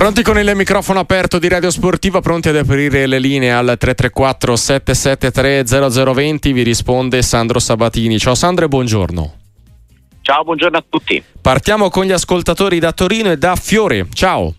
Pronti con il microfono aperto di Radio Sportiva, pronti ad aprire le linee al 334 773 0020. Vi risponde Sandro Sabatini. Ciao Sandro e buongiorno. Ciao, buongiorno a tutti. Partiamo con gli ascoltatori da Torino e da Fiore. Ciao.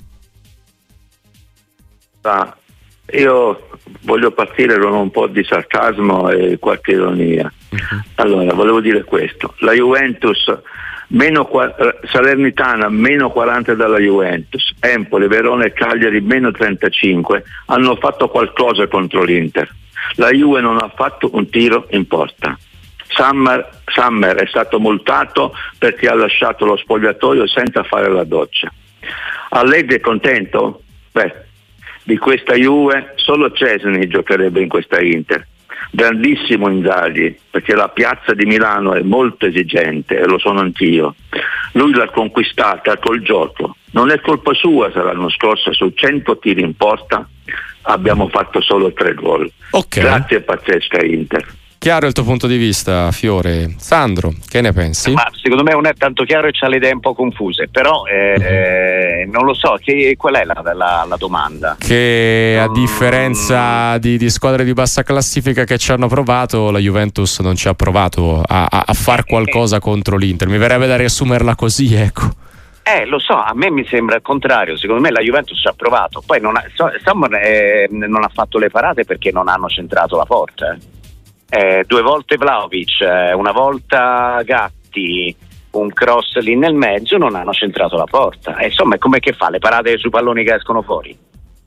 Io voglio partire con un po' di sarcasmo e qualche ironia. Allora, volevo dire questo: la Juventus Salernitana meno 40 dalla Juventus, Empoli, Verona e Cagliari meno 35 hanno fatto qualcosa contro l'Inter. La Juve non ha fatto un tiro in porta. Summer è stato multato perché ha lasciato lo spogliatoio senza fare la doccia. Allegri è contento? Di questa Juve solo Szczesny giocherebbe in questa Inter. Grandissimo Inzaghi, perché la piazza di Milano è molto esigente e lo sono anch'io. Lui l'ha conquistata col gioco. Non è colpa sua se l'anno scorso su 100 tiri in porta abbiamo fatto solo 3 gol. Okay. Grazie, pazzesca Inter. Chiaro il tuo punto di vista, Fiore. Sandro, che ne pensi? Ma secondo me non è tanto chiaro e c'ha le idee un po' confuse, però non lo so, qual è la domanda? Che a differenza di squadre di bassa classifica che ci hanno provato, la Juventus non ci ha provato a far qualcosa contro l'Inter. Mi verrebbe da riassumerla così, ecco. Lo so, a me mi sembra il contrario. Secondo me la Juventus ci ha provato, poi non ha fatto le parate perché non hanno centrato la porta. 2 volte Vlahovic, una volta Gatti, un cross lì nel mezzo, non hanno centrato la porta. Insomma, è come che fa le parate sui palloni che escono fuori.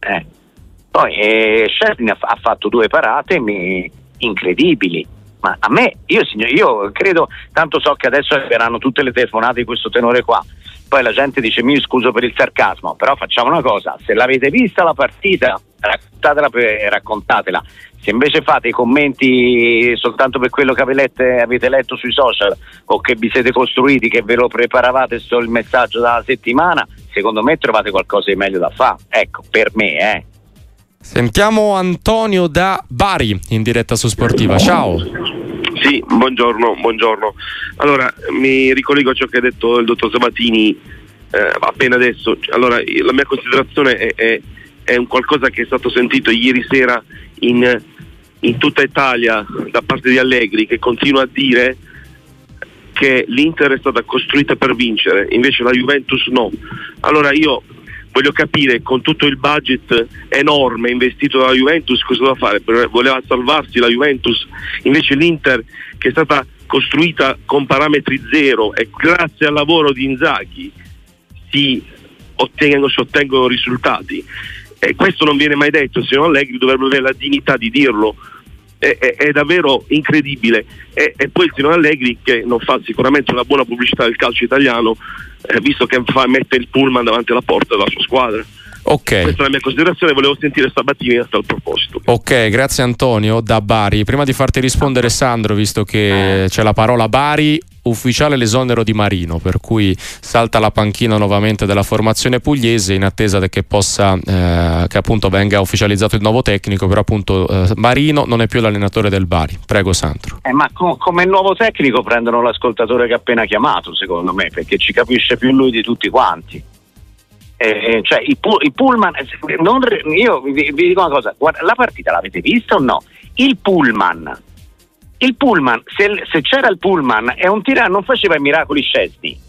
Poi Szczesny ha fatto 2 parate incredibili. Ma a me, io credo, tanto so che adesso arriveranno tutte le telefonate di questo tenore qua. Poi la gente dice: mi scuso per il sarcasmo, però facciamo una cosa: se l'avete vista la partita, raccontatela. Se invece fate i commenti soltanto per quello che avete letto sui social o che vi siete costruiti, che ve lo preparavate il messaggio dalla settimana, secondo me trovate qualcosa di meglio da fare. Ecco, per me. Sentiamo Antonio da Bari in diretta su Sportiva. Ciao. Sì, buongiorno. Allora, mi ricollego a ciò che ha detto il dottor Sabatini appena adesso. Allora, la mia considerazione è un qualcosa che è stato sentito ieri sera in tutta Italia da parte di Allegri, che continua a dire che l'Inter è stata costruita per vincere, invece la Juventus no. Allora io voglio capire, con tutto il budget enorme investito dalla Juventus, cosa doveva fare? Voleva salvarsi la Juventus, invece l'Inter, che è stata costruita con parametri zero e grazie al lavoro di Inzaghi si ottengono risultati. E questo non viene mai detto, se no Allegri dovrebbe avere la dignità di dirlo. È davvero incredibile. E poi il signor Allegri, che non fa sicuramente una buona pubblicità del calcio italiano, visto che mette il pullman davanti alla porta della sua squadra. Ok. Questa è la mia considerazione, volevo sentire Sabatini a tal proposito. Ok, grazie Antonio da Bari. Prima di farti rispondere Sandro, visto che c'è la parola Bari, ufficiale l'esonero di Marino, per cui salta la panchina nuovamente della formazione pugliese in attesa che possa che appunto venga ufficializzato il nuovo tecnico, però appunto Marino non è più l'allenatore del Bari. Prego Sandro. Ma come nuovo tecnico prendono l'ascoltatore che ha appena chiamato, secondo me, perché ci capisce più lui di tutti quanti. Cioè il pullman, io vi dico una cosa: guarda, la partita l'avete vista o no? Il pullman, se c'era il pullman e un tirano non faceva i miracoli Szczesny.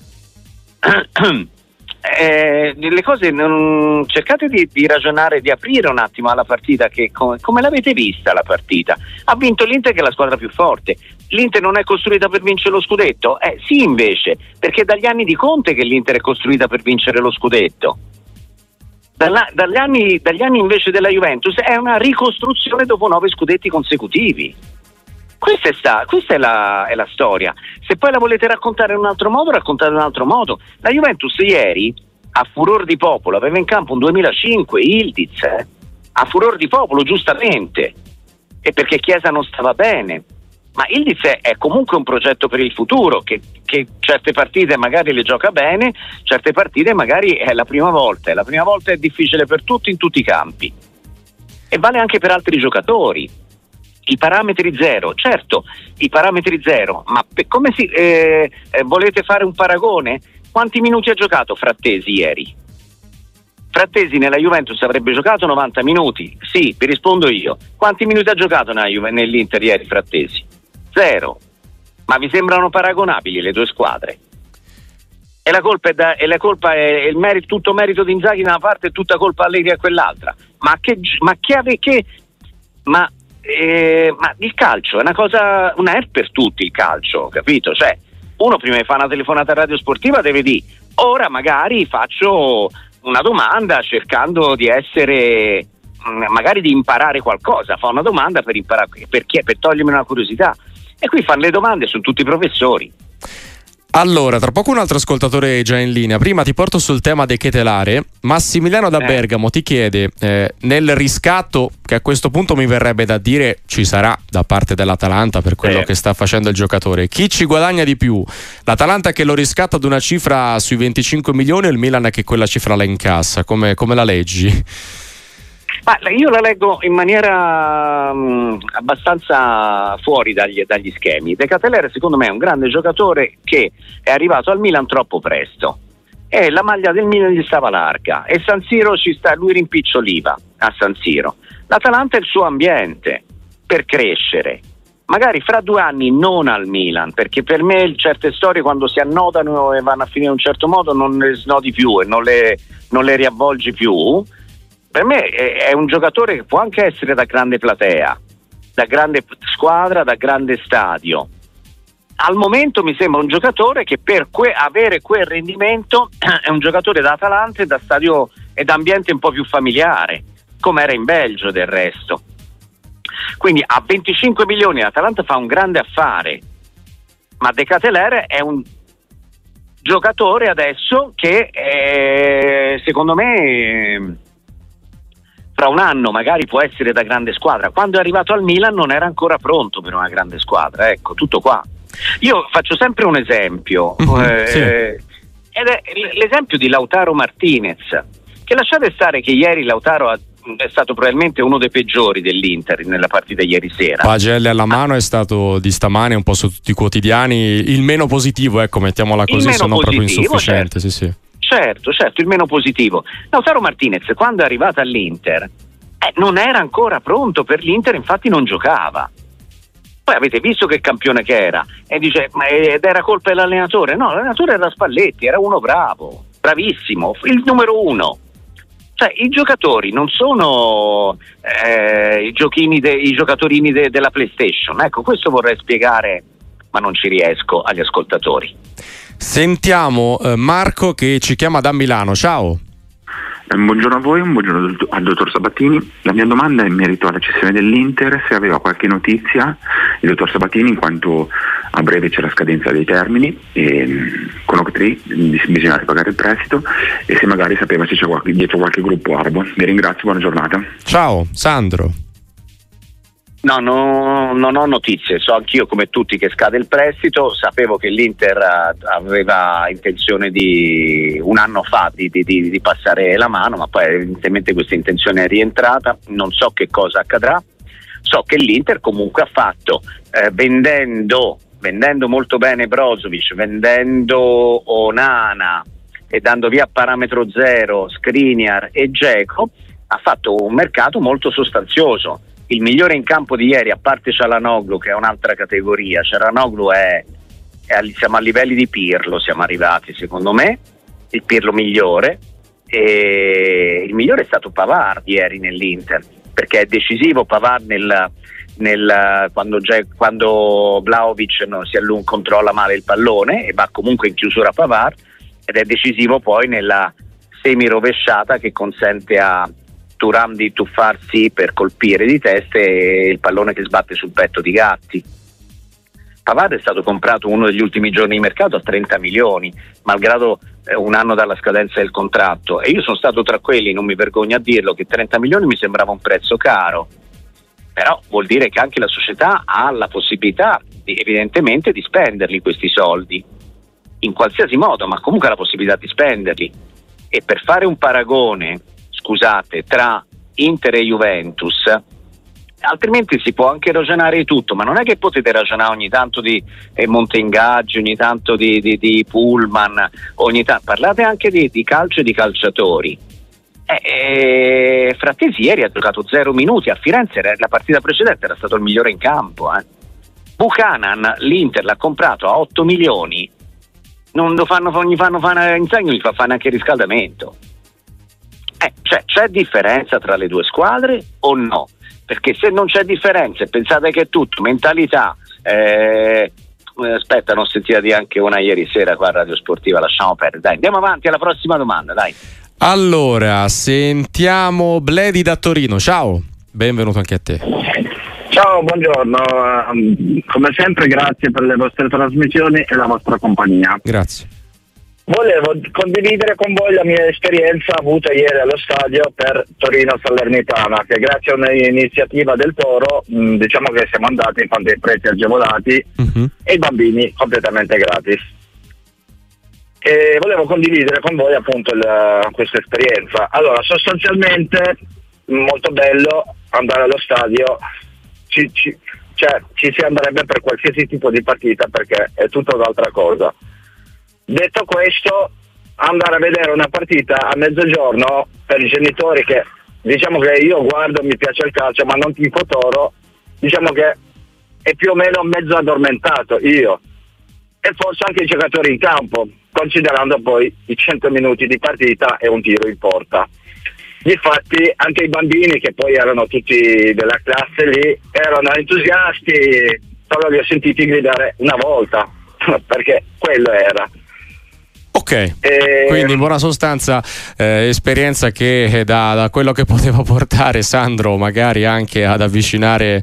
Le cose cercate di ragionare, di aprire un attimo alla partita, che come l'avete vista la partita. Ha vinto l'Inter, che è la squadra più forte. L'Inter non è costruita per vincere lo scudetto? Sì, invece, perché dagli anni di Conte che l'Inter è costruita per vincere lo scudetto. Dagli anni invece della Juventus è una ricostruzione dopo 9 scudetti consecutivi. Questa è la storia. Se poi la volete raccontare in un altro modo, raccontate in un altro modo. La Juventus ieri, a furor di popolo, aveva in campo un 2005 Ildiz, a furor di popolo, giustamente, e perché Chiesa non stava bene. Ma Ildiz è comunque un progetto per il futuro, che certe partite magari le gioca bene, certe partite magari è la prima volta. La prima volta è difficile per tutti in tutti i campi. E vale anche per altri giocatori. I parametri zero, certo, i parametri zero, ma come volete fare un paragone? Quanti minuti ha giocato Frattesi ieri? Frattesi nella Juventus avrebbe giocato 90 minuti? Sì, vi rispondo io. Quanti minuti ha giocato nell'Inter ieri Frattesi? 0. Ma vi sembrano paragonabili le due squadre? E la colpa è il merito, tutto merito di Inzaghi da una parte e tutta colpa Allegri a quell'altra. Ma il calcio è una è per tutti il calcio, capito? Cioè, uno prima di fare una telefonata radio sportiva deve dire: ora magari faccio una domanda cercando di essere, magari di imparare qualcosa, fa una domanda per imparare, per togliermi una curiosità. E qui fanno le domande su tutti i professori. Allora, tra poco un altro ascoltatore è già in linea. Prima ti porto sul tema De Ketelare. Massimiliano da Bergamo ti chiede, nel riscatto, che a questo punto mi verrebbe da dire ci sarà da parte dell'Atalanta per quello che sta facendo il giocatore, chi ci guadagna di più? L'Atalanta che lo riscatta ad una cifra sui 25 milioni o il Milan che quella cifra la incassa? Come la leggi? Io la leggo in maniera abbastanza fuori dagli schemi. De Ketelare secondo me è un grande giocatore che è arrivato al Milan troppo presto e la maglia del Milan gli stava larga e San Siro lui rimpiccioliva a San Siro. L'Atalanta è il suo ambiente per crescere, magari fra 2 anni non al Milan, perché per me certe storie quando si annodano e vanno a finire in un certo modo non le snodi più e non le riavvolgi più. Per me è un giocatore che può anche essere da grande platea, da grande squadra, da grande stadio. Al momento mi sembra un giocatore che per avere quel rendimento è un giocatore da Atalanta e da stadio e da ambiente un po' più familiare, come era in Belgio del resto. Quindi a 25 milioni l'Atalanta fa un grande affare, ma De Ketelare è un giocatore adesso che secondo me fra un anno magari può essere da grande squadra. Quando è arrivato al Milan non era ancora pronto per una grande squadra, ecco, tutto qua. Io faccio sempre un esempio, sì. ed è l'esempio di Lautaro Martinez, che lasciate stare che ieri Lautaro è stato probabilmente uno dei peggiori dell'Inter nella partita ieri sera. Pagelle alla mano è stato di stamane un po' su tutti i quotidiani il meno positivo, ecco, mettiamola così, se non proprio insufficiente. Certo. Sì. Certo, il meno positivo. Lautaro Martinez quando è arrivato all'Inter non era ancora pronto per l'Inter, infatti non giocava. Poi avete visto che campione che era e dice ed era colpa dell'allenatore? No, l'allenatore era Spalletti, era uno bravo, bravissimo, il numero 1. Cioè i giocatori non sono i giocatorini della PlayStation. Ecco, questo vorrei spiegare, ma non ci riesco agli ascoltatori. Sentiamo Marco che ci chiama da Milano. Ciao. Buongiorno a voi, un buongiorno al dottor Sabatini. La mia domanda è in merito alla cessione dell'Inter, se aveva qualche notizia il dottor Sabatini, in quanto a breve c'è la scadenza dei termini e con Octree bisogna ripagare il prestito, e se magari sapeva se c'è dietro qualche gruppo arabo. Vi ringrazio, buona giornata. Ciao, Sandro. No, non ho notizie, so anch'io come tutti che scade il prestito, sapevo che l'Inter aveva intenzione di un anno fa di passare la mano, ma poi evidentemente questa intenzione è rientrata, non so che cosa accadrà, so che l'Inter comunque ha fatto, vendendo molto bene Brozovic, vendendo Onana e dando via a parametro zero Skriniar e Dzeko, ha fatto un mercato molto sostanzioso. Il migliore in campo di ieri, a parte Çalhanoğlu, che è un'altra categoria, Çalhanoğlu siamo a livelli di Pirlo, siamo arrivati secondo me, il Pirlo migliore, e il migliore è stato Pavard ieri nell'Inter, perché è decisivo Pavard quando Vlahovic controlla male il pallone e va comunque in chiusura Pavard, ed è decisivo poi nella semi-rovesciata che consente a Thuram di tuffarsi per colpire di testa e il pallone che sbatte sul petto di Gatti. Pavard è stato comprato uno degli ultimi giorni di mercato a 30 milioni, malgrado un anno dalla scadenza del contratto, e io sono stato tra quelli, non mi vergogno a dirlo, che 30 milioni mi sembrava un prezzo caro, però vuol dire che anche la società ha la possibilità evidentemente di spenderli questi soldi in qualsiasi modo, ma comunque ha la possibilità di spenderli. E per fare un paragone, scusate, tra Inter e Juventus, altrimenti si può anche ragionare di tutto, ma non è che potete ragionare ogni tanto di monte ingaggi, ogni tanto di pullman, ogni tanto parlate anche di calcio e di calciatori. Frattesi ieri ha giocato 0 minuti, a Firenze la partita precedente era stato il migliore in campo. Buchanan l'Inter l'ha comprato a 8 milioni, non lo fanno, gli fanno fare Inzaghi, gli fa fare anche il riscaldamento. Cioè, c'è differenza tra le due squadre o no? Perché se non c'è differenza e pensate che è tutto mentalità, aspetta, non sentirati anche una ieri sera qua a Radio Sportiva, lasciamo perdere, dai, andiamo avanti alla prossima domanda, dai. Allora, sentiamo Bledi da Torino. Ciao, benvenuto anche a te. Ciao, buongiorno, come sempre grazie per le vostre trasmissioni e la vostra compagnia. Grazie. Volevo condividere con voi la mia esperienza avuta ieri allo stadio per Torino-Salernitana, che grazie a un'iniziativa del Toro diciamo che siamo andati con dei prezzi agevolati e i bambini completamente gratis. E volevo condividere con voi appunto questa esperienza. Allora, sostanzialmente molto bello andare allo stadio, ci si andrebbe per qualsiasi tipo di partita perché è tutta un'altra cosa. Detto questo, andare a vedere una partita a mezzogiorno per i genitori che diciamo che io guardo, mi piace il calcio ma non tifo Toro, diciamo che è più o meno mezzo addormentato io e forse anche i giocatori in campo, considerando poi i 100 minuti di partita e un tiro in porta. Difatti anche i bambini, che poi erano tutti della classe lì, erano entusiasti, solo li ho sentiti gridare una volta perché quello era. Ok, quindi in buona sostanza esperienza che da quello che poteva portare Sandro magari anche ad avvicinare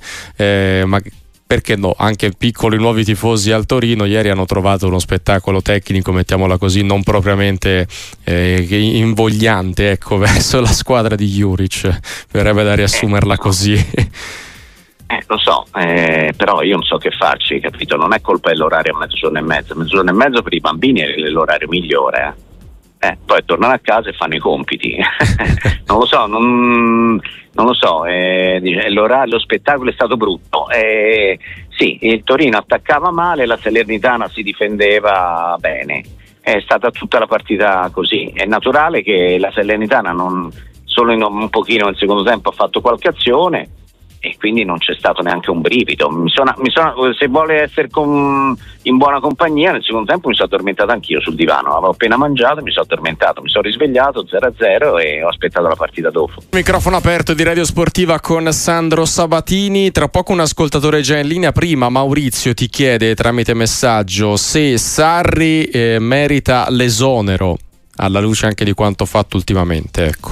perché no, anche piccoli nuovi tifosi al Torino. Ieri hanno trovato uno spettacolo tecnico, mettiamola così, non propriamente invogliante, ecco, verso la squadra di Juric, verrebbe da riassumerla così. Lo so, però io non so che farci, capito? Non è colpa dell'orario a mezzogiorno e mezzo per i bambini è l'orario migliore. Poi tornano a casa e fanno i compiti. Non lo so, non lo so. Lo spettacolo è stato brutto. Sì, il Torino attaccava male, la Salernitana si difendeva bene. È stata tutta la partita così. È naturale che la Salernitana solo un pochino nel secondo tempo ha fatto qualche azione e quindi non c'è stato neanche un brivido. Se vuole essere in buona compagnia, nel secondo tempo mi sono addormentato anch'io sul divano, avevo appena mangiato, mi sono addormentato, mi sono risvegliato 0-0 e ho aspettato la partita dopo. Microfono aperto di Radio Sportiva con Sandro Sabatini. Tra poco un ascoltatore già in linea. Prima Maurizio ti chiede tramite messaggio se Sarri merita l'esonero, alla luce anche di quanto fatto ultimamente, ecco.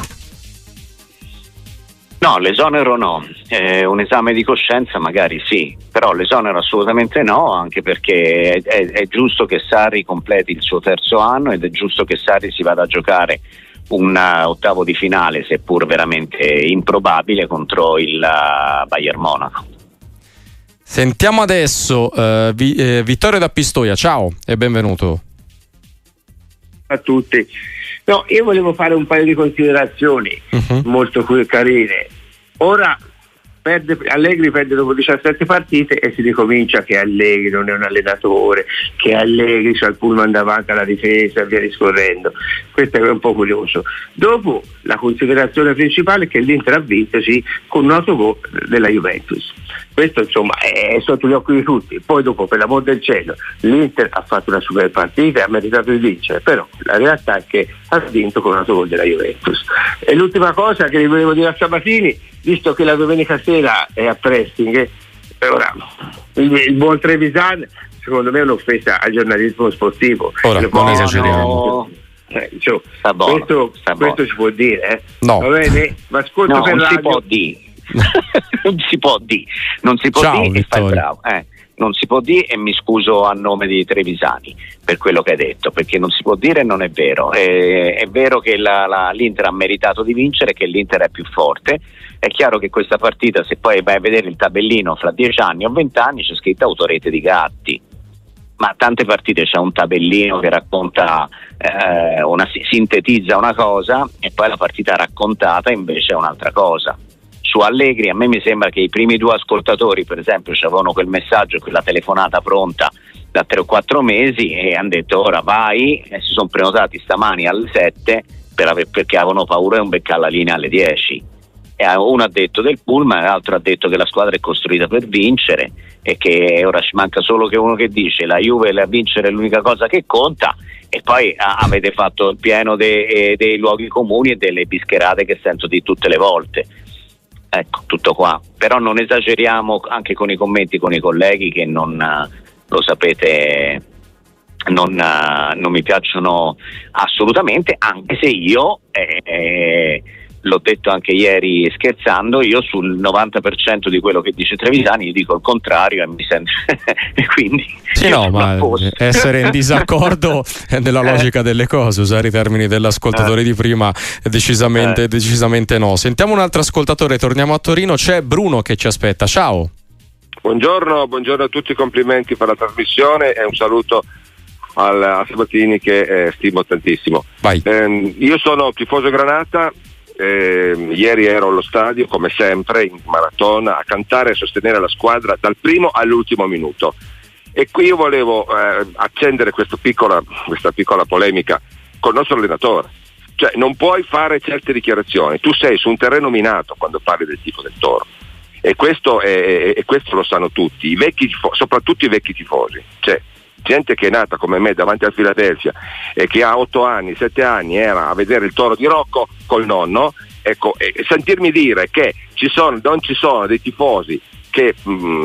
No, l'esonero no, un esame di coscienza magari sì, però l'esonero assolutamente no, anche perché è giusto che Sarri completi il suo terzo anno ed è giusto che Sarri si vada a giocare un ottavo di finale, seppur veramente improbabile, contro il Bayern Monaco. Sentiamo adesso Vittorio da Pistoia, ciao e benvenuto. A tutti. No, io volevo fare un paio di considerazioni molto carine. Ora Allegri perde dopo 17 partite e si ricomincia che Allegri non è un allenatore, che Allegri c'ha il pullman davanti alla difesa e via discorrendo. Questo è un po' curioso. Dopo la considerazione principale è che l'Inter ha vinto con un autogol della Juventus. Questo insomma è sotto gli occhi di tutti. Poi dopo, per l'amor del cielo, l'Inter ha fatto una super partita e ha meritato di vincere, però la realtà è che ha vinto con un autogol della Juventus. E l'ultima cosa che vi volevo dire a Sabatini, visto che la domenica sera è a pressing, ora il buon Trevisan secondo me è un'offesa al giornalismo sportivo. Ora non esageriamo. Questo si può dire, No. Va bene? Ma ascolto per non radio. si può dire. non si può Ciao, dire e fai Vittorio. bravo. Non si può dire e mi scuso a nome di Trevisani per quello che hai detto, perché non si può dire e non è vero. È vero che l'Inter ha meritato di vincere, che l'Inter è più forte. È chiaro che questa partita, se poi vai a vedere il tabellino fra 10 anni o 20 anni, c'è scritto autorete di gatti. Ma tante partite c'è un tabellino che racconta sintetizza una cosa e poi la partita raccontata invece è un'altra cosa. Su Allegri a me mi sembra che i primi due ascoltatori, per esempio, avevano quel messaggio, quella telefonata pronta da 3 o 4 mesi e hanno detto ora vai, e si sono prenotati stamani alle 7 perché avevano paura di non beccare la linea alle 10. E uno ha detto del pullman, l'altro ha detto che la squadra è costruita per vincere e che ora ci manca solo che uno che dice la Juve a vincere è l'unica cosa che conta, e poi avete fatto il pieno dei luoghi comuni e delle bischerate che sento di tutte le volte. Ecco, tutto qua. Però non esageriamo anche con i commenti con i colleghi, che non lo sapete, non mi piacciono assolutamente, anche se io l'ho detto anche ieri scherzando, io sul 90% di quello che dice Trevisani io dico il contrario e mi sento e quindi sì, no, ma essere in disaccordo è nella logica delle cose, usare i termini dell'ascoltatore di prima decisamente no. Sentiamo un altro ascoltatore, torniamo a Torino, c'è Bruno che ci aspetta. Ciao. Buongiorno a tutti, complimenti per la trasmissione e un saluto a Sabatini che stimo tantissimo. Vai. Io sono tifoso Granata. Ieri ero allo stadio come sempre in maratona a cantare e sostenere la squadra dal primo all'ultimo minuto, e qui io volevo accendere questa piccola polemica col nostro allenatore. Cioè, non puoi fare certe dichiarazioni, tu sei su un terreno minato quando parli del tifo del Toro, e questo lo sanno tutti, i vecchi soprattutto i vecchi tifosi. Cioè, gente che è nata come me davanti al Philadelphia e che ha 8 anni, 7 anni era a vedere il Toro di Rocco col nonno, ecco, e sentirmi dire che non ci sono dei tifosi che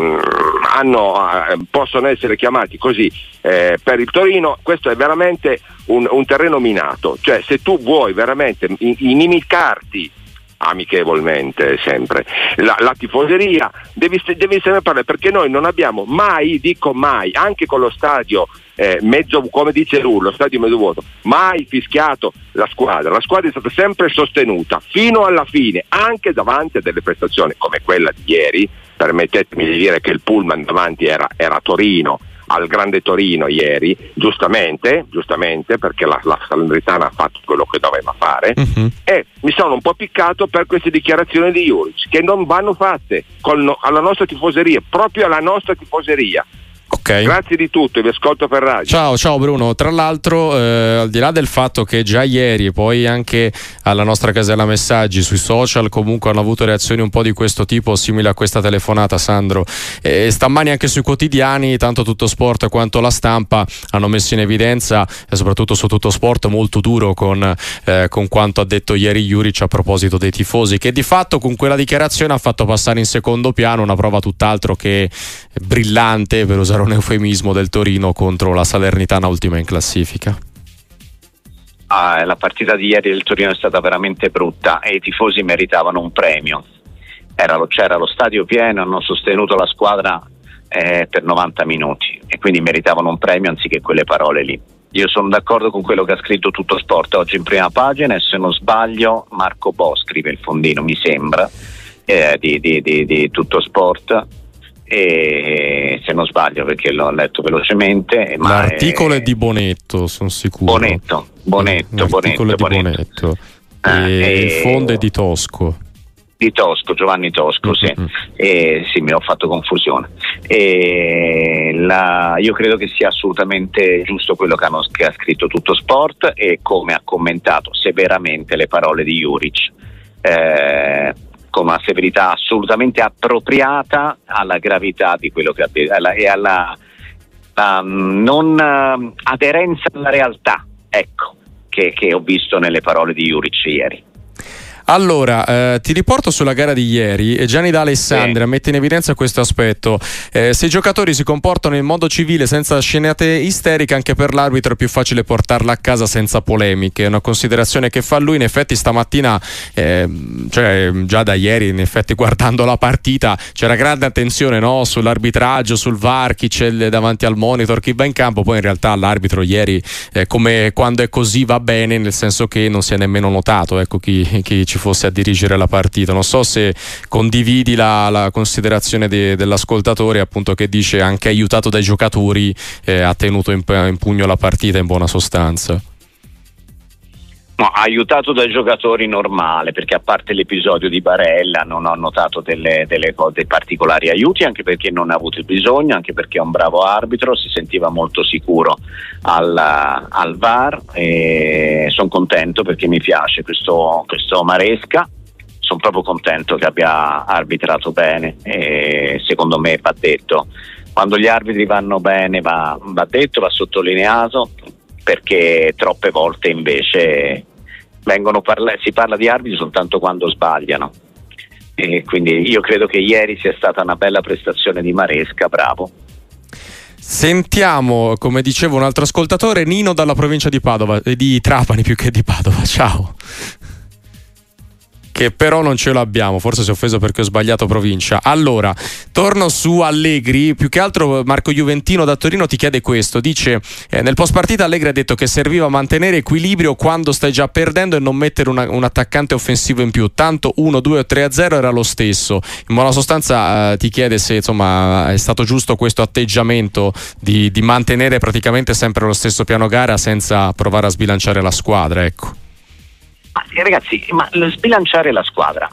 possono essere chiamati così per il Torino, questo è veramente un terreno minato. Cioè, se tu vuoi veramente inimicarti amichevolmente sempre la tifoseria, devi sempre parlare, perché noi non abbiamo mai, anche con lo stadio mezzo, come dice lui, lo stadio mezzo vuoto, mai fischiato la squadra è stata sempre sostenuta fino alla fine, anche davanti a delle prestazioni come quella di ieri. Permettetemi di dire che il pullman davanti era Torino, al Grande Torino ieri, giustamente perché la Salernitana ha fatto quello che doveva fare, e mi sono un po' piccato per queste dichiarazioni di Juric che non vanno fatte alla nostra tifoseria, proprio alla nostra tifoseria. Okay. Grazie di tutto, vi ascolto per radio. Ciao Bruno. Tra l'altro, al di là del fatto che già ieri e poi anche alla nostra casella messaggi sui social comunque hanno avuto reazioni un po' di questo tipo, simile a questa telefonata, Sandro, stamani anche sui quotidiani, tanto Tutto Sport quanto La Stampa hanno messo in evidenza, e soprattutto su Tutto Sport molto duro con quanto ha detto ieri Juric a proposito dei tifosi, che di fatto con quella dichiarazione ha fatto passare in secondo piano una prova tutt'altro che brillante, per usare un eufemismo, del Torino contro la Salernitana, ultima in classifica. La partita di ieri del Torino è stata veramente brutta e i tifosi meritavano un premio. C'era lo stadio pieno, hanno sostenuto la squadra per 90 minuti e quindi meritavano un premio anziché quelle parole lì. Io sono d'accordo con quello che ha scritto Tutto Sport oggi in prima pagina, e se non sbaglio Marco Bo scrive il fondino, mi sembra, di Tutto Sport. E se non sbaglio, perché l'ho letto velocemente, l'articolo è di Bonetto, sono sicuro. Bonetto. Il fondo è di Tosco, Giovanni Tosco, sì. Sì, mi ho fatto confusione. Io credo che sia assolutamente giusto quello che ha scritto Tutto Sport e come ha commentato severamente le parole di Juric, con una severità assolutamente appropriata alla gravità di quello che ha detto e alla non aderenza alla realtà, ecco, che ho visto nelle parole di Juric ieri. Allora, ti riporto sulla gara di ieri e Gianni D'Alessandria mette in evidenza questo aspetto. Se i giocatori si comportano in modo civile, senza scenate isteriche, anche per l'arbitro è più facile portarla a casa senza polemiche. È una considerazione che fa lui. In effetti stamattina, cioè già da ieri, in effetti guardando la partita c'era grande attenzione, no? Sull'arbitraggio, sul VAR, chi c'è davanti al monitor, chi va in campo. Poi in realtà l'arbitro ieri, come quando è così, va bene, nel senso che non si è nemmeno notato, ecco, chi ci fosse a dirigere la partita. Non so se condividi la considerazione dell'ascoltatore, appunto, che dice anche aiutato dai giocatori ha tenuto in pugno la partita in buona sostanza. No, aiutato dai giocatori normale, perché a parte l'episodio di Barella non ho notato delle cose particolari aiuti, anche perché non ha avuto il bisogno, anche perché è un bravo arbitro, si sentiva molto sicuro al VAR, e sono contento perché mi piace questo Maresca, sono proprio contento che abbia arbitrato bene, e secondo me va detto, quando gli arbitri vanno bene va detto, va sottolineato, perché troppe volte invece si parla di arbitri soltanto quando sbagliano, e quindi io credo che ieri sia stata una bella prestazione di Maresca, bravo. Sentiamo, come dicevo, un altro ascoltatore, Nino dalla provincia di Padova, di Trapani più che di Padova. Ciao. Che però non ce l'abbiamo, forse si è offeso perché ho sbagliato provincia. Allora, torno su Allegri, più che altro Marco Juventino da Torino ti chiede questo, dice nel post partita Allegri ha detto che serviva mantenere equilibrio quando stai già perdendo e non mettere un attaccante offensivo in più, tanto 1, 2 o 3-0 era lo stesso. In buona sostanza ti chiede se insomma è stato giusto questo atteggiamento di mantenere praticamente sempre lo stesso piano gara senza provare a sbilanciare la squadra, ecco. Ragazzi, ma sbilanciare la squadra,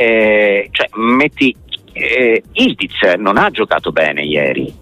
Ildiz non ha giocato bene ieri,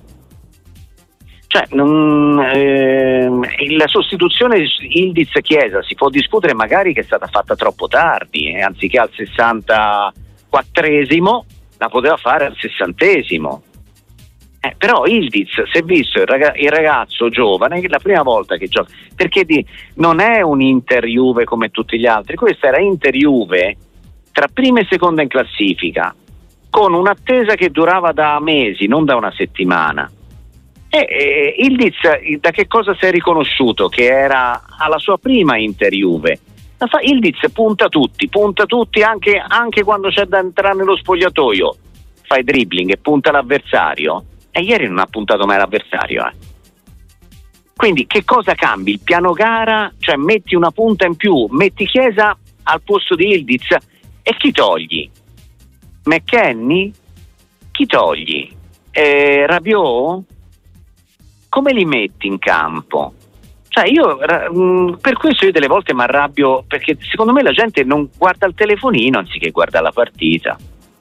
la sostituzione Ildiz-Chiesa si può discutere magari che è stata fatta troppo tardi, anziché al 64esimo la poteva fare al 60esimo. Però Ildiz, si è visto il ragazzo giovane, la prima volta che gioca, perché non è un Inter-Juve come tutti gli altri, questa era Inter-Juve tra prima e seconda in classifica, con un'attesa che durava da mesi, non da una settimana. Ildiz da che cosa si è riconosciuto? Che era alla sua prima Inter-Juve. Ildiz punta tutti anche quando c'è da entrare nello spogliatoio, fai dribbling e punta l'avversario. E ieri non ha puntato mai l'avversario. Quindi che cosa cambi? Il piano gara, cioè metti una punta in più, metti Chiesa al posto di Ildiz, e chi togli? McKennie? Chi togli? Rabiot? Come li metti in campo? Per questo io delle volte mi arrabbio, perché secondo me la gente non guarda il telefonino anziché guarda la partita.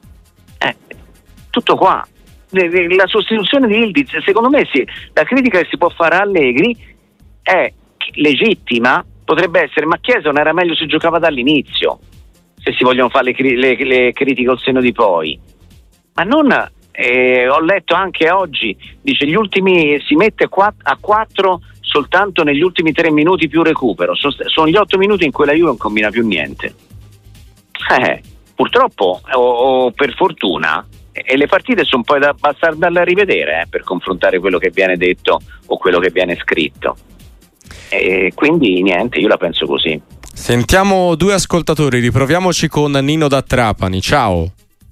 Tutto qua. La sostituzione di Ildiz, secondo me la critica che si può fare a Allegri è legittima, potrebbe essere, ma Chiesa non era meglio se giocava dall'inizio, se si vogliono fare le critiche col senno di poi, ma non ho letto anche oggi, dice gli ultimi si mette a 4 soltanto negli ultimi 3 minuti più recupero, sono gli 8 minuti in cui la Juve non combina più niente. Purtroppo o per fortuna, e le partite sono poi da andarle a rivedere per confrontare quello che viene detto o quello che viene scritto, e quindi niente, io la penso così. Sentiamo 2 ascoltatori, riproviamoci con Nino da Trapani. Ciao.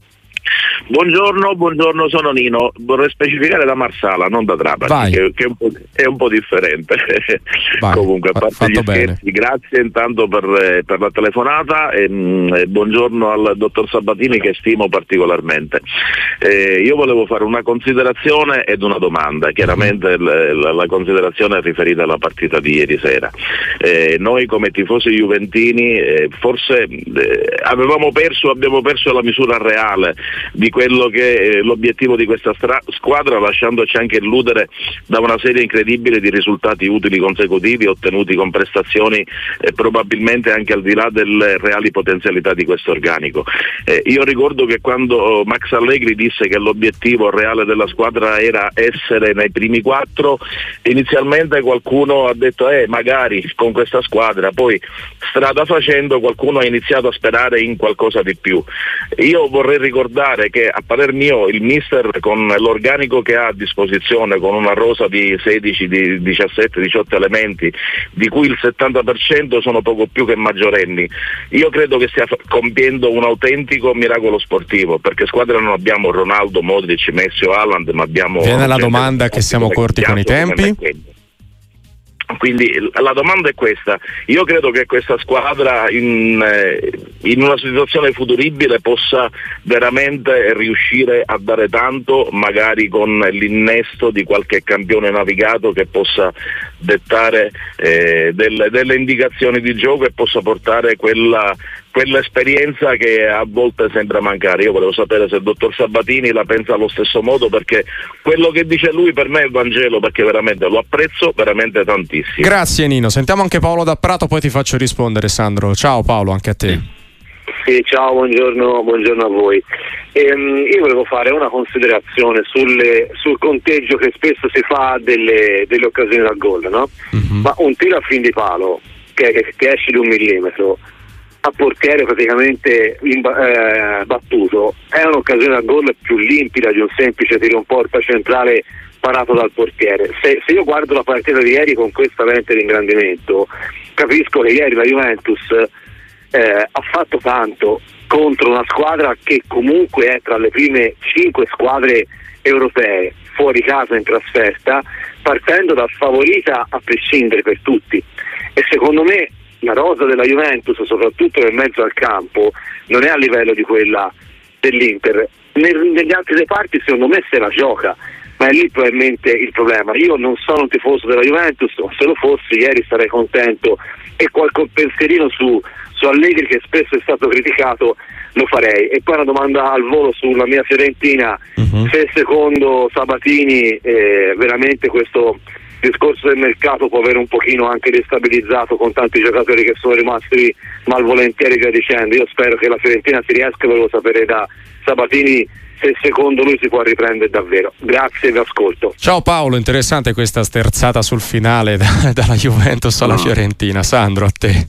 Buongiorno, sono Nino. Vorrei specificare da Marsala, non da Trapani, che è un po' differente. Comunque, a parte gli scherzi, grazie intanto per la telefonata e buongiorno al dottor Sabatini, che stimo particolarmente. Io volevo fare una considerazione ed una domanda. Chiaramente la considerazione è riferita alla partita di ieri sera. Noi come tifosi juventini forse abbiamo perso la misura reale di quello che è l'obiettivo di questa squadra, lasciandoci anche illudere da una serie incredibile di risultati utili consecutivi ottenuti con prestazioni probabilmente anche al di là delle reali potenzialità di questo organico. Io ricordo che quando Max Allegri disse che l'obiettivo reale della squadra era essere nei primi 4, inizialmente qualcuno ha detto magari con questa squadra, poi strada facendo qualcuno ha iniziato a sperare in qualcosa di più. Io vorrei ricordare che a parer mio il mister, con l'organico che ha a disposizione, con una rosa di 16, di 17, 18 elementi, di cui il 70% sono poco più che maggiorenni, io credo che stia compiendo un autentico miracolo sportivo, perché squadra non abbiamo Ronaldo, Modric, Messi o Haaland, ma abbiamo... Viene la domanda che siamo corti con i tempi. Quindi la domanda è questa: io credo che questa squadra in una situazione futuribile possa veramente riuscire a dare tanto, magari con l'innesto di qualche campione navigato che possa dettare delle indicazioni di gioco e possa portare quell'esperienza che a volte sembra mancare. Io volevo sapere se il dottor Sabatini la pensa allo stesso modo, perché quello che dice lui per me è il Vangelo, perché veramente lo apprezzo veramente tantissimo. Grazie Nino, sentiamo anche Paolo da Prato, poi ti faccio rispondere Sandro. Ciao Paolo, anche a te. Sì, ciao, buongiorno a voi. Io volevo fare una considerazione sul conteggio che spesso si fa delle occasioni da gol, no? Ma un tiro a fin di palo che esce di 1 millimetro a portiere praticamente battuto è un'occasione da gol più limpida di un semplice tiro in porta centrale parato dal portiere. Se io guardo la partita di ieri con questa lente di ingrandimento, capisco che ieri la Juventus ha fatto tanto contro una squadra che comunque è tra le prime 5 squadre europee fuori casa in trasferta, partendo da favorita a prescindere per tutti, e secondo me la rosa della Juventus, soprattutto nel mezzo al campo, non è a livello di quella dell'Inter. Negli altri reparti secondo me se la gioca, ma è lì probabilmente il problema. Io non sono un tifoso della Juventus, ma se lo fossi ieri sarei contento, e qualche pensierino su Allegri, che spesso è stato criticato, lo farei. E poi una domanda al volo sulla mia Fiorentina, se secondo Sabatini veramente questo discorso del mercato può avere un pochino anche destabilizzato con tanti giocatori che sono rimasti malvolentieri via dicendo. Io spero che la Fiorentina si riesca, volevo sapere da Sabatini se secondo lui si può riprendere davvero. Grazie e vi ascolto. Ciao Paolo, interessante questa sterzata sul finale dalla Juventus alla Fiorentina. Sandro, a te.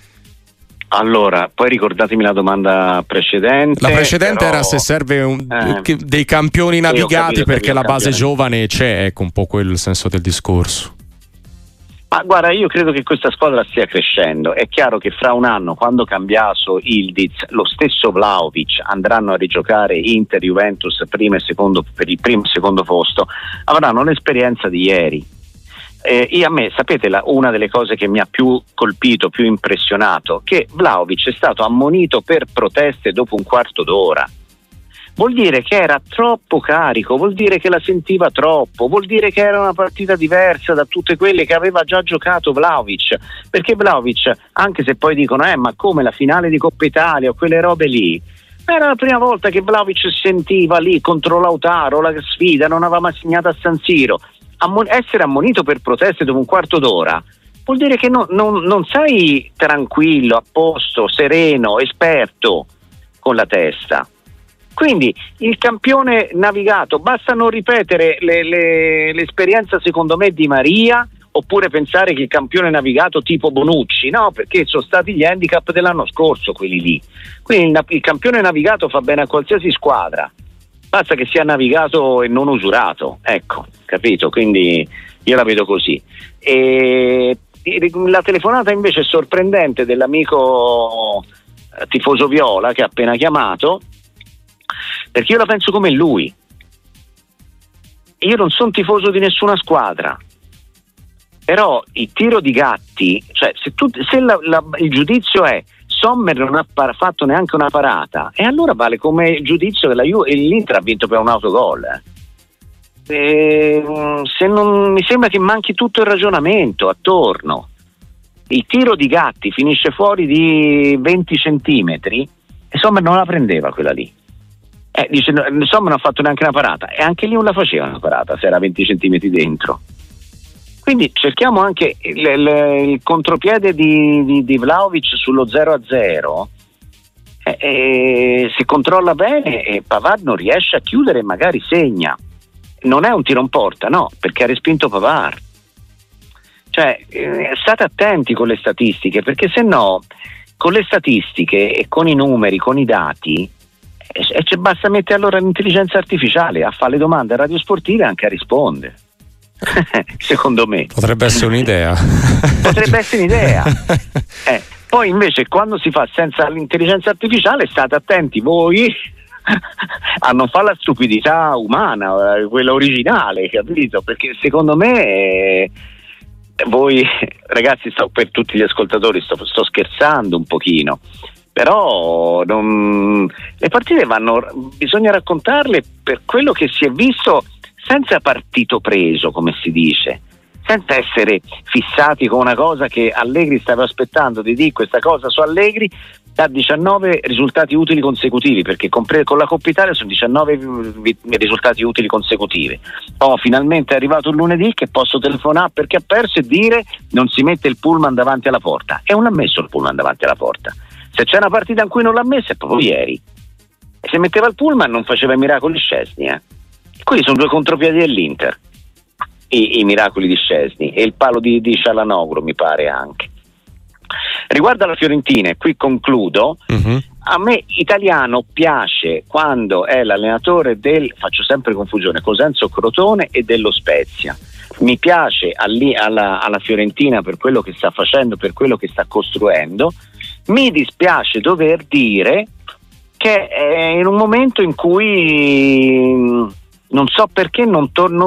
Allora, poi ricordatemi la domanda precedente. La precedente era se serve dei campioni navigati, perché la base giovane c'è, ecco un po' quel senso del discorso. Ma guarda, io credo che questa squadra stia crescendo. È chiaro che fra un anno, quando Cambiaso, Ildiz, lo stesso Vlahovic andranno a rigiocare Inter, Juventus primo e secondo, per il primo e secondo posto, avranno l'esperienza di ieri. A me, sapete, una delle cose che mi ha più colpito, più impressionato, che Vlahovic è stato ammonito per proteste dopo un quarto d'ora. Vuol dire che era troppo carico, vuol dire che la sentiva troppo, vuol dire che era una partita diversa da tutte quelle che aveva già giocato Vlahovic, perché Vlahovic, anche se poi dicono ma come la finale di Coppa Italia o quelle robe lì, era la prima volta che Vlahovic sentiva lì contro Lautaro la sfida, non aveva mai segnato a San Siro. Essere ammonito per proteste dopo un quarto d'ora vuol dire che non sei tranquillo, a posto, sereno, esperto con la testa. Quindi il campione navigato, basta non ripetere l'esperienza secondo me di Maria, oppure pensare che il campione navigato tipo Bonucci, no, perché sono stati gli handicap dell'anno scorso quelli lì. Quindi il campione navigato fa bene a qualsiasi squadra, basta che sia navigato e non usurato, ecco, capito? Quindi io la vedo così. E la telefonata invece sorprendente dell'amico tifoso viola che ha appena chiamato, perché io la penso come lui. Io non sono tifoso di nessuna squadra, però il tiro di Gatti, cioè se il giudizio è Sommer non ha fatto neanche una parata, e allora vale come giudizio che l'Inter ha vinto per un autogol. Se non, mi sembra che manchi tutto il ragionamento attorno. Il tiro di Gatti finisce fuori di 20 centimetri e Sommer non la prendeva quella lì. Dice Sommer non ha fatto neanche una parata, e anche lì non la faceva una parata se era 20 centimetri dentro. Quindi cerchiamo anche il contropiede di Vlahovic sullo 0-0. Se controlla bene, Pavard non riesce a chiudere e magari segna. Non è un tiro in porta, no, perché ha respinto Pavard. Cioè, state attenti con le statistiche, perché se no, con le statistiche e con i numeri, con i dati, basta mettere allora l'intelligenza artificiale a fare le domande a radio sportive e anche a rispondere. Secondo me potrebbe essere un'idea. Poi invece quando si fa senza l'intelligenza artificiale, state attenti voi a non fare la stupidità umana, quella originale, capito? Perché secondo me voi ragazzi, per tutti gli ascoltatori sto scherzando un pochino, però le partite bisogna raccontarle per quello che si è visto, senza partito preso, come si dice, senza essere fissati con una cosa che Allegri stava aspettando di dire questa cosa su Allegri, da 19 risultati utili consecutivi, perché con la Coppa Italia sono 19 risultati utili consecutivi. Finalmente è arrivato il lunedì che posso telefonare perché ha perso e dire non si mette il pullman davanti alla porta, e non ha messo il pullman davanti alla porta. Se c'è una partita in cui non l'ha messa è proprio ieri, e se metteva il pullman non faceva i miracoli Szczesny, Quelli sono due contropiedi dell'Inter, i miracoli di Szczesny, e il palo di Çalhanoğlu mi pare anche. Riguardo alla Fiorentina, e qui concludo, a me Italiano piace quando è l'allenatore faccio sempre confusione, Cosenzo Crotone e dello Spezia. Mi piace alla Fiorentina per quello che sta facendo, per quello che sta costruendo. Mi dispiace dover dire che è in un momento in cui non so perché non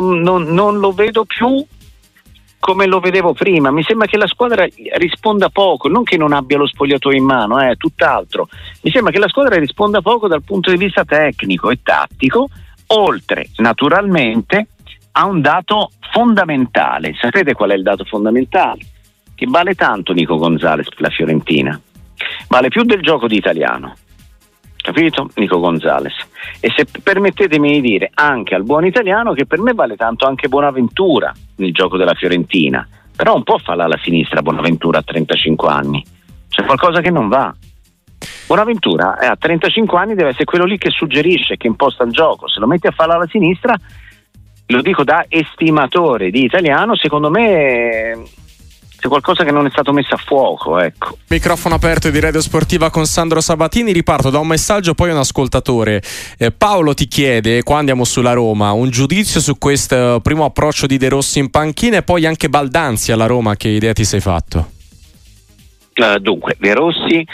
lo vedo più come lo vedevo prima. Mi sembra che la squadra risponda poco, non che non abbia lo spogliatoio in mano, tutt'altro. Mi sembra che la squadra risponda poco dal punto di vista tecnico e tattico, oltre naturalmente a un dato fondamentale. Sapete qual è il dato fondamentale? Che vale tanto Nico Gonzalez per la Fiorentina, vale più del gioco di Italiano, capito? Nico Gonzalez. E se permettetemi di dire anche al buon Italiano che per me vale tanto anche Bonaventura nel gioco della Fiorentina, però non può farla alla sinistra Bonaventura a 35 anni, c'è qualcosa che non va. Bonaventura a 35 anni deve essere quello lì che suggerisce, che imposta il gioco. Se lo metti a farla alla sinistra, lo dico da estimatore di Italiano, secondo me c'è qualcosa che non è stato messo a fuoco, ecco. Microfono aperto di Radio Sportiva con Sandro Sabatini. Riparto da un messaggio, poi un ascoltatore. Paolo ti chiede, qua andiamo sulla Roma, un giudizio su questo primo approccio di De Rossi in panchina, e poi anche Baldanzi alla Roma, che idea ti sei fatto? Dunque, De Rossi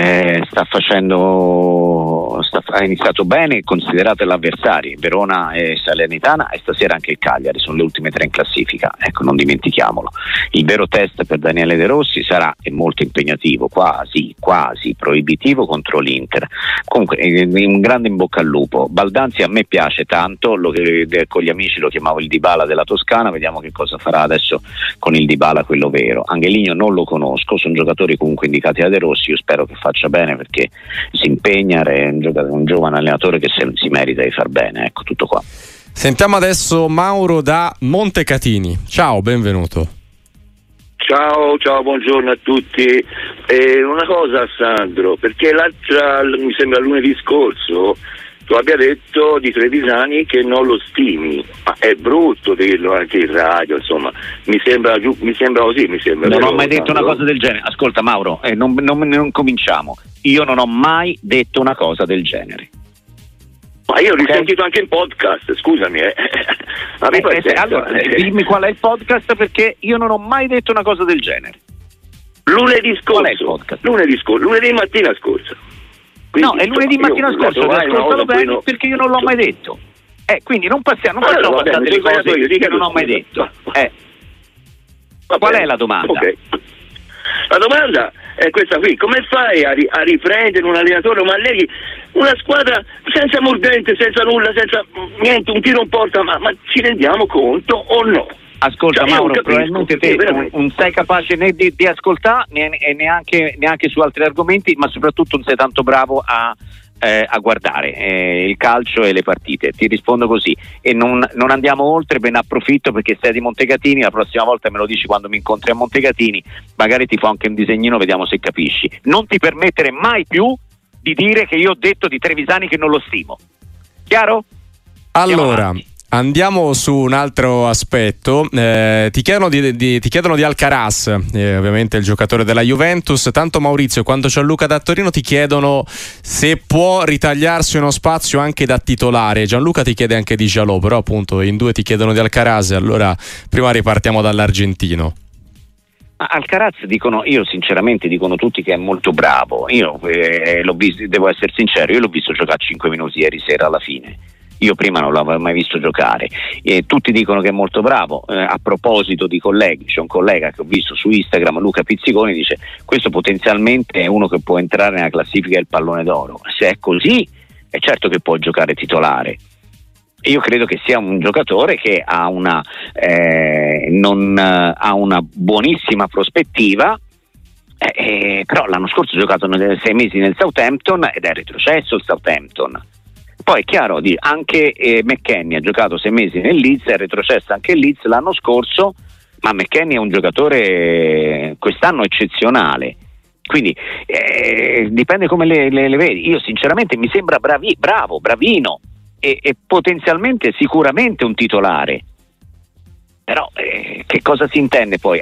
ha iniziato bene, considerate l'avversario. Verona e Salernitana, e stasera anche il Cagliari, sono le ultime 3 in classifica, ecco, non dimentichiamolo. Il vero test per Daniele De Rossi sarà molto impegnativo, quasi proibitivo contro l'Inter. Comunque un grande in bocca al lupo. Baldanzi a me piace tanto, con gli amici lo chiamavo il Dybala della Toscana, vediamo che cosa farà adesso con il Dybala quello vero. Angeligno non lo conosco, sono giocatori comunque indicati da De Rossi, io spero che faccia bene perché si impegna, è un giovane allenatore che si merita di far bene, ecco, tutto qua. Sentiamo adesso Mauro da Montecatini. Ciao, benvenuto. Ciao, buongiorno a tutti. Una cosa, Sandro, perché mi sembra lunedì scorso tu abbia detto di Trevisani che non lo stimi, ma è brutto dirlo anche in radio, insomma, mi sembra così. Non ho mai detto una cosa del genere. Ascolta Mauro, non cominciamo. Io non ho mai detto una cosa del genere. Ma io l'ho risentito anche in podcast, scusami. Allora, dimmi qual è il podcast, perché io non ho mai detto una cosa del genere. Lunedì scorso. Qual è il podcast? Lunedì mattina scorsa. Quindi, no, è lunedì mattina scorso, ascoltalo bene, perché io non l'ho mai detto. Quindi non facciamo passare delle cose che non ho mai detto. Qual è la domanda? Okay. La domanda è questa qui: come fai a riprendere un allenatore come Allegri, una squadra senza mordente, senza nulla, senza niente, un tiro in porta, ma ci rendiamo conto o no? Ascolta Mauro, probabilmente te non sei capace né di ascoltare né neanche su altri argomenti, ma soprattutto non sei tanto bravo a guardare il calcio e le partite. Ti rispondo così e non andiamo oltre. Ben approfitto perché sei di Montecatini, la prossima volta me lo dici quando mi incontri a Montecatini, magari ti fa anche un disegnino, vediamo se capisci. Non ti permettere mai più di dire che io ho detto di Trevisani che non lo stimo. Chiaro? Allora andiamo su un altro aspetto. Ti chiedono di Alcaraz, ovviamente il giocatore della Juventus. Tanto Maurizio quanto Gianluca da Torino ti chiedono se può ritagliarsi uno spazio anche da titolare. Gianluca ti chiede anche di Jaló, però appunto in due ti chiedono di Alcaraz, allora prima ripartiamo dall'argentino. Alcaraz dicono tutti che è molto bravo. Io l'ho visto, devo essere sincero, io l'ho visto giocare 5 minuti ieri sera alla fine. Io prima non l'avevo mai visto giocare. Tutti dicono che è molto bravo. A proposito di colleghi, c'è un collega che ho visto su Instagram, Luca Pizziconi, dice: questo potenzialmente è uno che può entrare nella classifica del pallone d'oro. Se è così, è certo che può giocare titolare. io credo che sia un giocatore che ha una buonissima prospettiva, però l'anno scorso ha giocato 6 mesi nel Southampton ed è retrocesso il Southampton. Poi è chiaro, anche McKennie ha giocato 6 mesi nel Leeds, è retrocesso anche il Leeds l'anno scorso, ma McKennie è un giocatore quest'anno eccezionale, quindi dipende come le vedi. Io sinceramente mi sembra bravino e potenzialmente sicuramente un titolare, però che cosa si intende poi?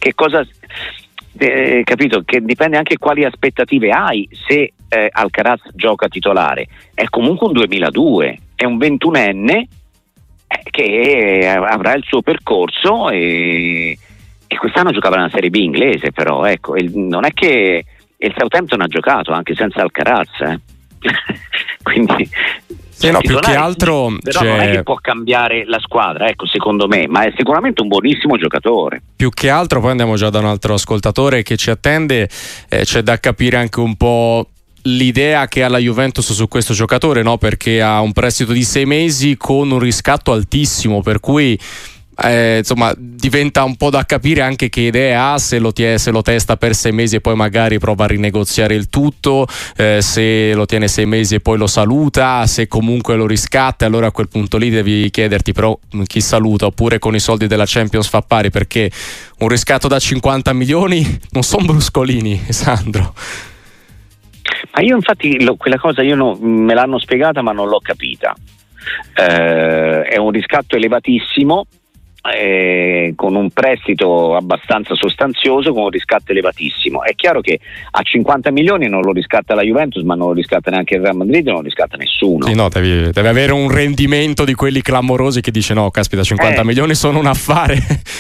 Capito? Che dipende anche quali aspettative hai. Se Alcaraz gioca titolare, è comunque un 2002, è un 21enne che avrà il suo percorso e quest'anno giocava nella Serie B inglese, però ecco, non è che il Southampton ha giocato anche senza Alcaraz, quindi sì, no, più che altro però non è che può cambiare la squadra, ecco, secondo me, ma è sicuramente un buonissimo giocatore. Più che altro, poi andiamo già da un altro ascoltatore che ci attende, c'è da capire anche un po' l'idea che ha la Juventus su questo giocatore, no? Perché ha un prestito di 6 mesi con un riscatto altissimo, per cui insomma diventa un po' da capire anche che idee ha, se lo testa per 6 mesi e poi magari prova a rinegoziare il tutto, se lo tiene 6 mesi e poi lo saluta, se comunque lo riscatta. Allora a quel punto lì devi chiederti però chi saluta, oppure con i soldi della Champions fa pari, perché un riscatto da 50 milioni non sono bruscolini, Sandro. Ma io infatti quella cosa me l'hanno spiegata ma non l'ho capita. È un riscatto elevatissimo, con un prestito abbastanza sostanzioso, con un riscatto elevatissimo. È chiaro che a 50 milioni non lo riscatta la Juventus, ma non lo riscatta neanche il Real Madrid, non lo riscatta nessuno. Sì, no, devi avere un rendimento di quelli clamorosi che dice no, caspita, 50 milioni sono un affare.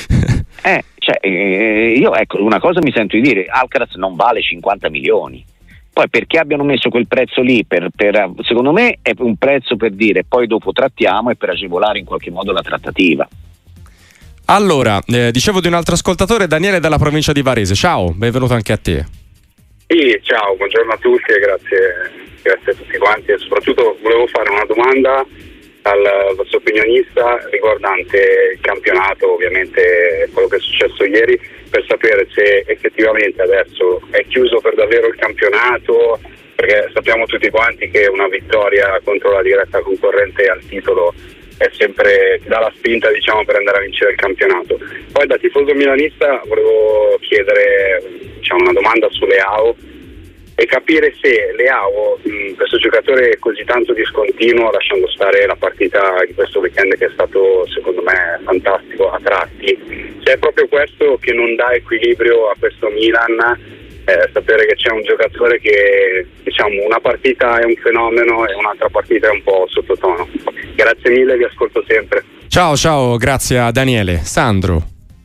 Io ecco, una cosa mi sento di dire: Alcaraz non vale 50 milioni. Poi perché abbiano messo quel prezzo lì, secondo me è un prezzo per dire poi dopo trattiamo, e per agevolare in qualche modo la trattativa. Allora, dicevo di un altro ascoltatore, Daniele dalla provincia di Varese. Ciao, benvenuto anche a te. Sì, ciao, buongiorno a tutti e grazie a tutti quanti, e soprattutto volevo fare una domanda al vostro opinionista riguardante il campionato, ovviamente quello che è successo ieri, per sapere se effettivamente adesso è chiuso per davvero il campionato, perché sappiamo tutti quanti che una vittoria contro la diretta concorrente al titolo è sempre, dà la spinta, diciamo, per andare a vincere il campionato. Poi da tifoso milanista volevo chiedere, diciamo, una domanda su Leao e capire se Leao, questo giocatore così tanto discontinuo, lasciando stare la partita di questo weekend che è stato secondo me fantastico a tratti, se è proprio questo che non dà equilibrio a questo Milan, sapere che c'è un giocatore che, diciamo, una partita è un fenomeno e un'altra partita è un po' sottotono. Grazie mille, vi ascolto sempre. Ciao, grazie a Daniele. Sandro.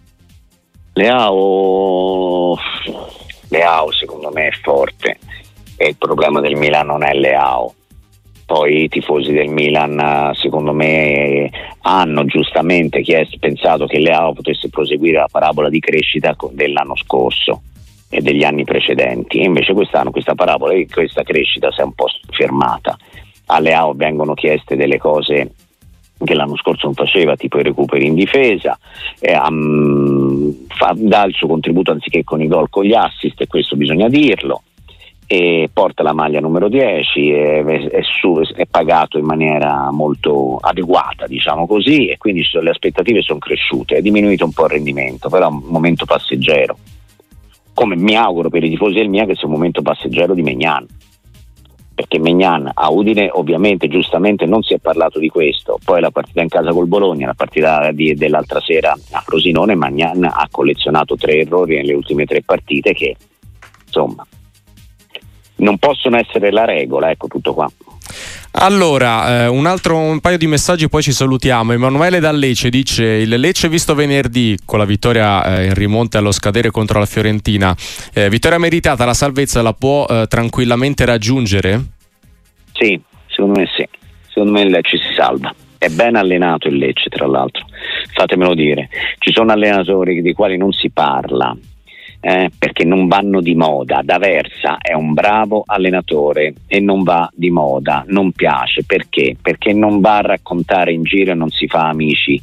Leao secondo me è forte, e il problema del Milan non è Leao. Poi i tifosi del Milan secondo me hanno giustamente pensato che Leao potesse proseguire la parabola di crescita dell'anno scorso e degli anni precedenti, e invece quest'anno questa parabola e questa crescita si è un po' fermata. A Leao vengono chieste delle cose che l'anno scorso non faceva, tipo i recuperi in difesa, dà il suo contributo anziché con i gol, con gli assist, e questo bisogna dirlo, e porta la maglia numero 10, è pagato in maniera molto adeguata, diciamo così, e quindi le aspettative sono cresciute. È diminuito un po' il rendimento, però è un momento passeggero, come mi auguro per i tifosi del Milan che sia un momento passeggero di Maignan, perché Maignan a Udine ovviamente giustamente non si è parlato di questo, poi la partita in casa col Bologna, la partita dell'altra sera a Frosinone, Maignan ha collezionato 3 errori nelle ultime 3 partite che insomma non possono essere la regola, ecco, tutto qua. Allora, un paio di messaggi, poi ci salutiamo. Emanuele da Lecce dice: il Lecce visto venerdì con la vittoria in rimonta allo scadere contro la Fiorentina, vittoria meritata, la salvezza la può tranquillamente raggiungere? Sì, secondo me sì, secondo me il Lecce si salva. È ben allenato il Lecce, tra l'altro, fatemelo dire. Ci sono allenatori di quali non si parla, perché non vanno di moda. D'Aversa è un bravo allenatore e non va di moda, non piace. Perché? Perché non va a raccontare in giro e non si fa amici,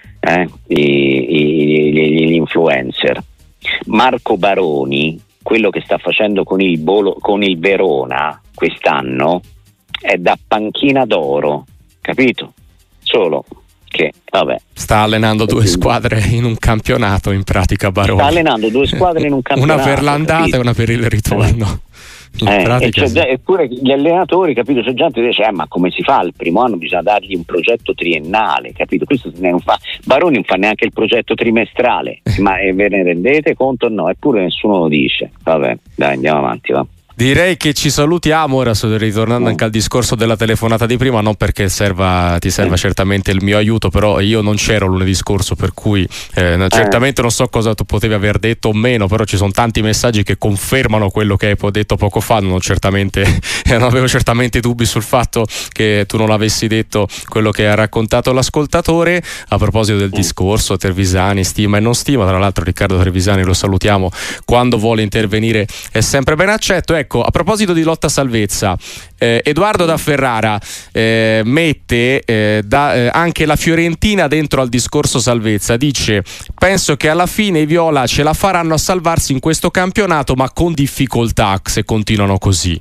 gli influencer. Marco Baroni, quello che sta facendo con il Verona quest'anno, è da panchina d'oro, capito? Solo che vabbè, sta allenando due squadre in un campionato, in pratica Baroni. Sta allenando due squadre in un campionato, una per l'andata, capito? E una per il ritorno. Eppure gli allenatori, capito, c'è gente che dice ma come si fa il primo anno, bisogna dargli un progetto triennale, capito? Questo non fa, Baroni non fa neanche il progetto trimestrale, ma ve ne rendete conto? No, eppure nessuno lo dice. Vabbè, dai, andiamo avanti, va. Direi che ci salutiamo ora, ritornando anche al discorso della telefonata di prima, non perché ti serva certamente il mio aiuto, però io non c'ero lunedì scorso, per cui certamente non so cosa tu potevi aver detto o meno, però ci sono tanti messaggi che confermano quello che hai detto poco fa. Non avevo certamente dubbi sul fatto che tu non avessi detto quello che ha raccontato l'ascoltatore. A proposito del discorso Trevisani, stima e non stima, tra l'altro Riccardo Trevisani lo salutiamo, quando vuole intervenire è sempre ben accetto. Ecco, a proposito di lotta salvezza, Edoardo da Ferrara mette anche la Fiorentina dentro al discorso salvezza. Dice: penso che alla fine i viola ce la faranno a salvarsi in questo campionato, ma con difficoltà se continuano così.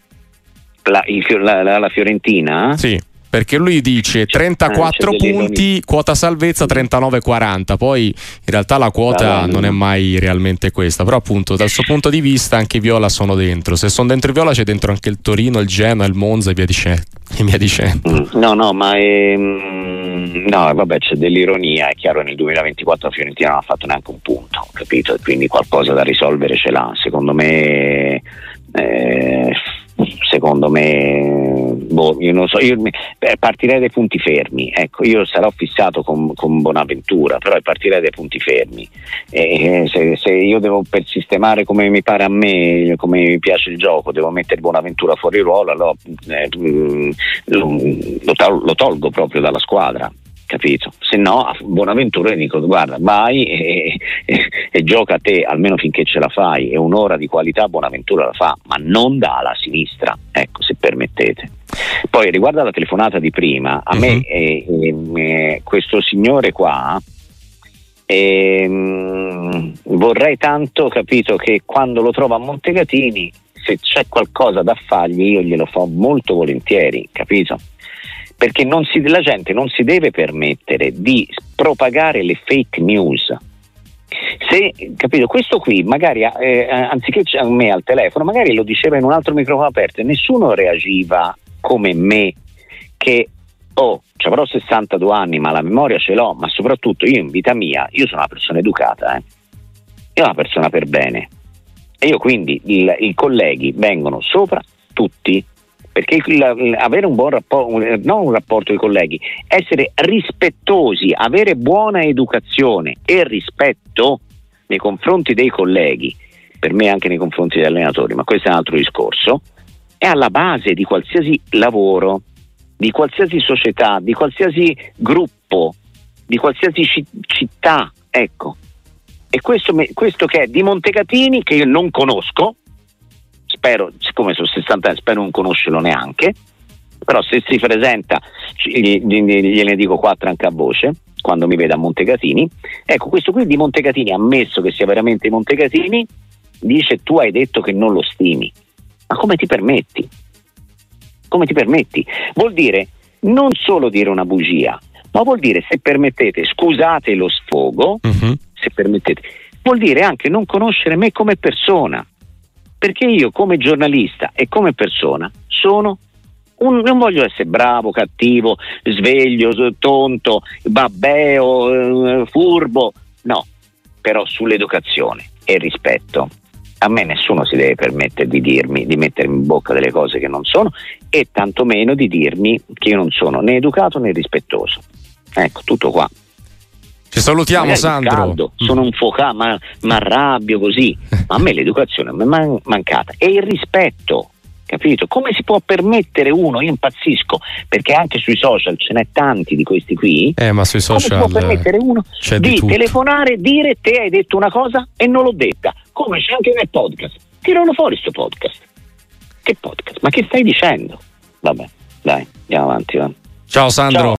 La Fiorentina? Sì, perché lui dice 34 punti, quota salvezza 39-40, poi in realtà la quota non è mai realmente questa, però appunto dal suo punto di vista anche i viola sono dentro. Se sono dentro i viola c'è dentro anche il Torino, il Genoa, il Monza e via dicendo. No, ma no, vabbè, c'è dell'ironia. È chiaro che nel 2024 la Fiorentina non ha fatto neanche un punto, capito? E quindi qualcosa da risolvere ce l'ha, secondo me. Io non so, io partirei dai punti fermi. Ecco, io sarò fissato con Bonaventura, però partirei dai punti fermi. Se io devo, per sistemare come mi pare a me, come mi piace il gioco, devo mettere Bonaventura fuori ruolo, allora lo tolgo proprio dalla squadra, capito? Se no a Bonaventura gli dico: guarda, vai e gioca a te almeno finché ce la fai, e un'ora di qualità Bonaventura la fa, ma non da ala sinistra, ecco, se permettete. Poi riguardo alla telefonata di prima, a me questo signore qua vorrei tanto, capito, che quando lo trovo a Montegatini, se c'è qualcosa da fargli, io glielo fa molto volentieri, capito? Perché la gente non si deve permettere di propagare le fake news. Se, capito, questo qui magari anziché a me al telefono, magari lo diceva in un altro microfono aperto e nessuno reagiva come me, che ci avrò 62 anni ma la memoria ce l'ho, ma soprattutto io in vita mia, io sono una persona educata, io sono una persona per bene, e io quindi i colleghi vengono sopra tutti, perché avere un buon rapporto, non un rapporto con i colleghi, essere rispettosi, avere buona educazione e rispetto nei confronti dei colleghi, per me anche nei confronti degli allenatori, ma questo è un altro discorso, è alla base di qualsiasi lavoro, di qualsiasi società, di qualsiasi gruppo, di qualsiasi città, ecco. E questo che è di Montegatini, che io non conosco, spero, siccome sono 60 anni, spero non conoscerlo neanche, però se si presenta gliene dico 4 anche a voce quando mi vede a Montegatini. Ecco, questo qui di Montegatini, ammesso che sia veramente Montegatini, dice: tu hai detto che non lo stimi. Ma come ti permetti? Come ti permetti? Vuol dire non solo dire una bugia, ma vuol dire, se permettete, scusate lo sfogo, se permettete, vuol dire anche non conoscere me come persona, perché io come giornalista e come persona non voglio essere bravo, cattivo, sveglio, tonto, babbeo, furbo, no, però sull'educazione e il rispetto. A me nessuno si deve permettere di mettermi in bocca delle cose che non sono, e tantomeno di dirmi che io non sono né educato né rispettoso. Ecco, tutto qua. Ci salutiamo, Sandro. Caldo, sono un focato, ma arrabbio così. Ma a me l'educazione mi è mancata, e il rispetto, capito? Come si può permettere uno, io impazzisco, perché anche sui social ce n'è tanti di questi qui, ma sui social come si può permettere uno di telefonare, dire: te hai detto una cosa e non l'ho detta, come c'è anche nel podcast. Tirano fuori sto podcast. Che podcast? Ma che stai dicendo? Vabbè, dai, andiamo avanti, va. Ciao Sandro. Ciao.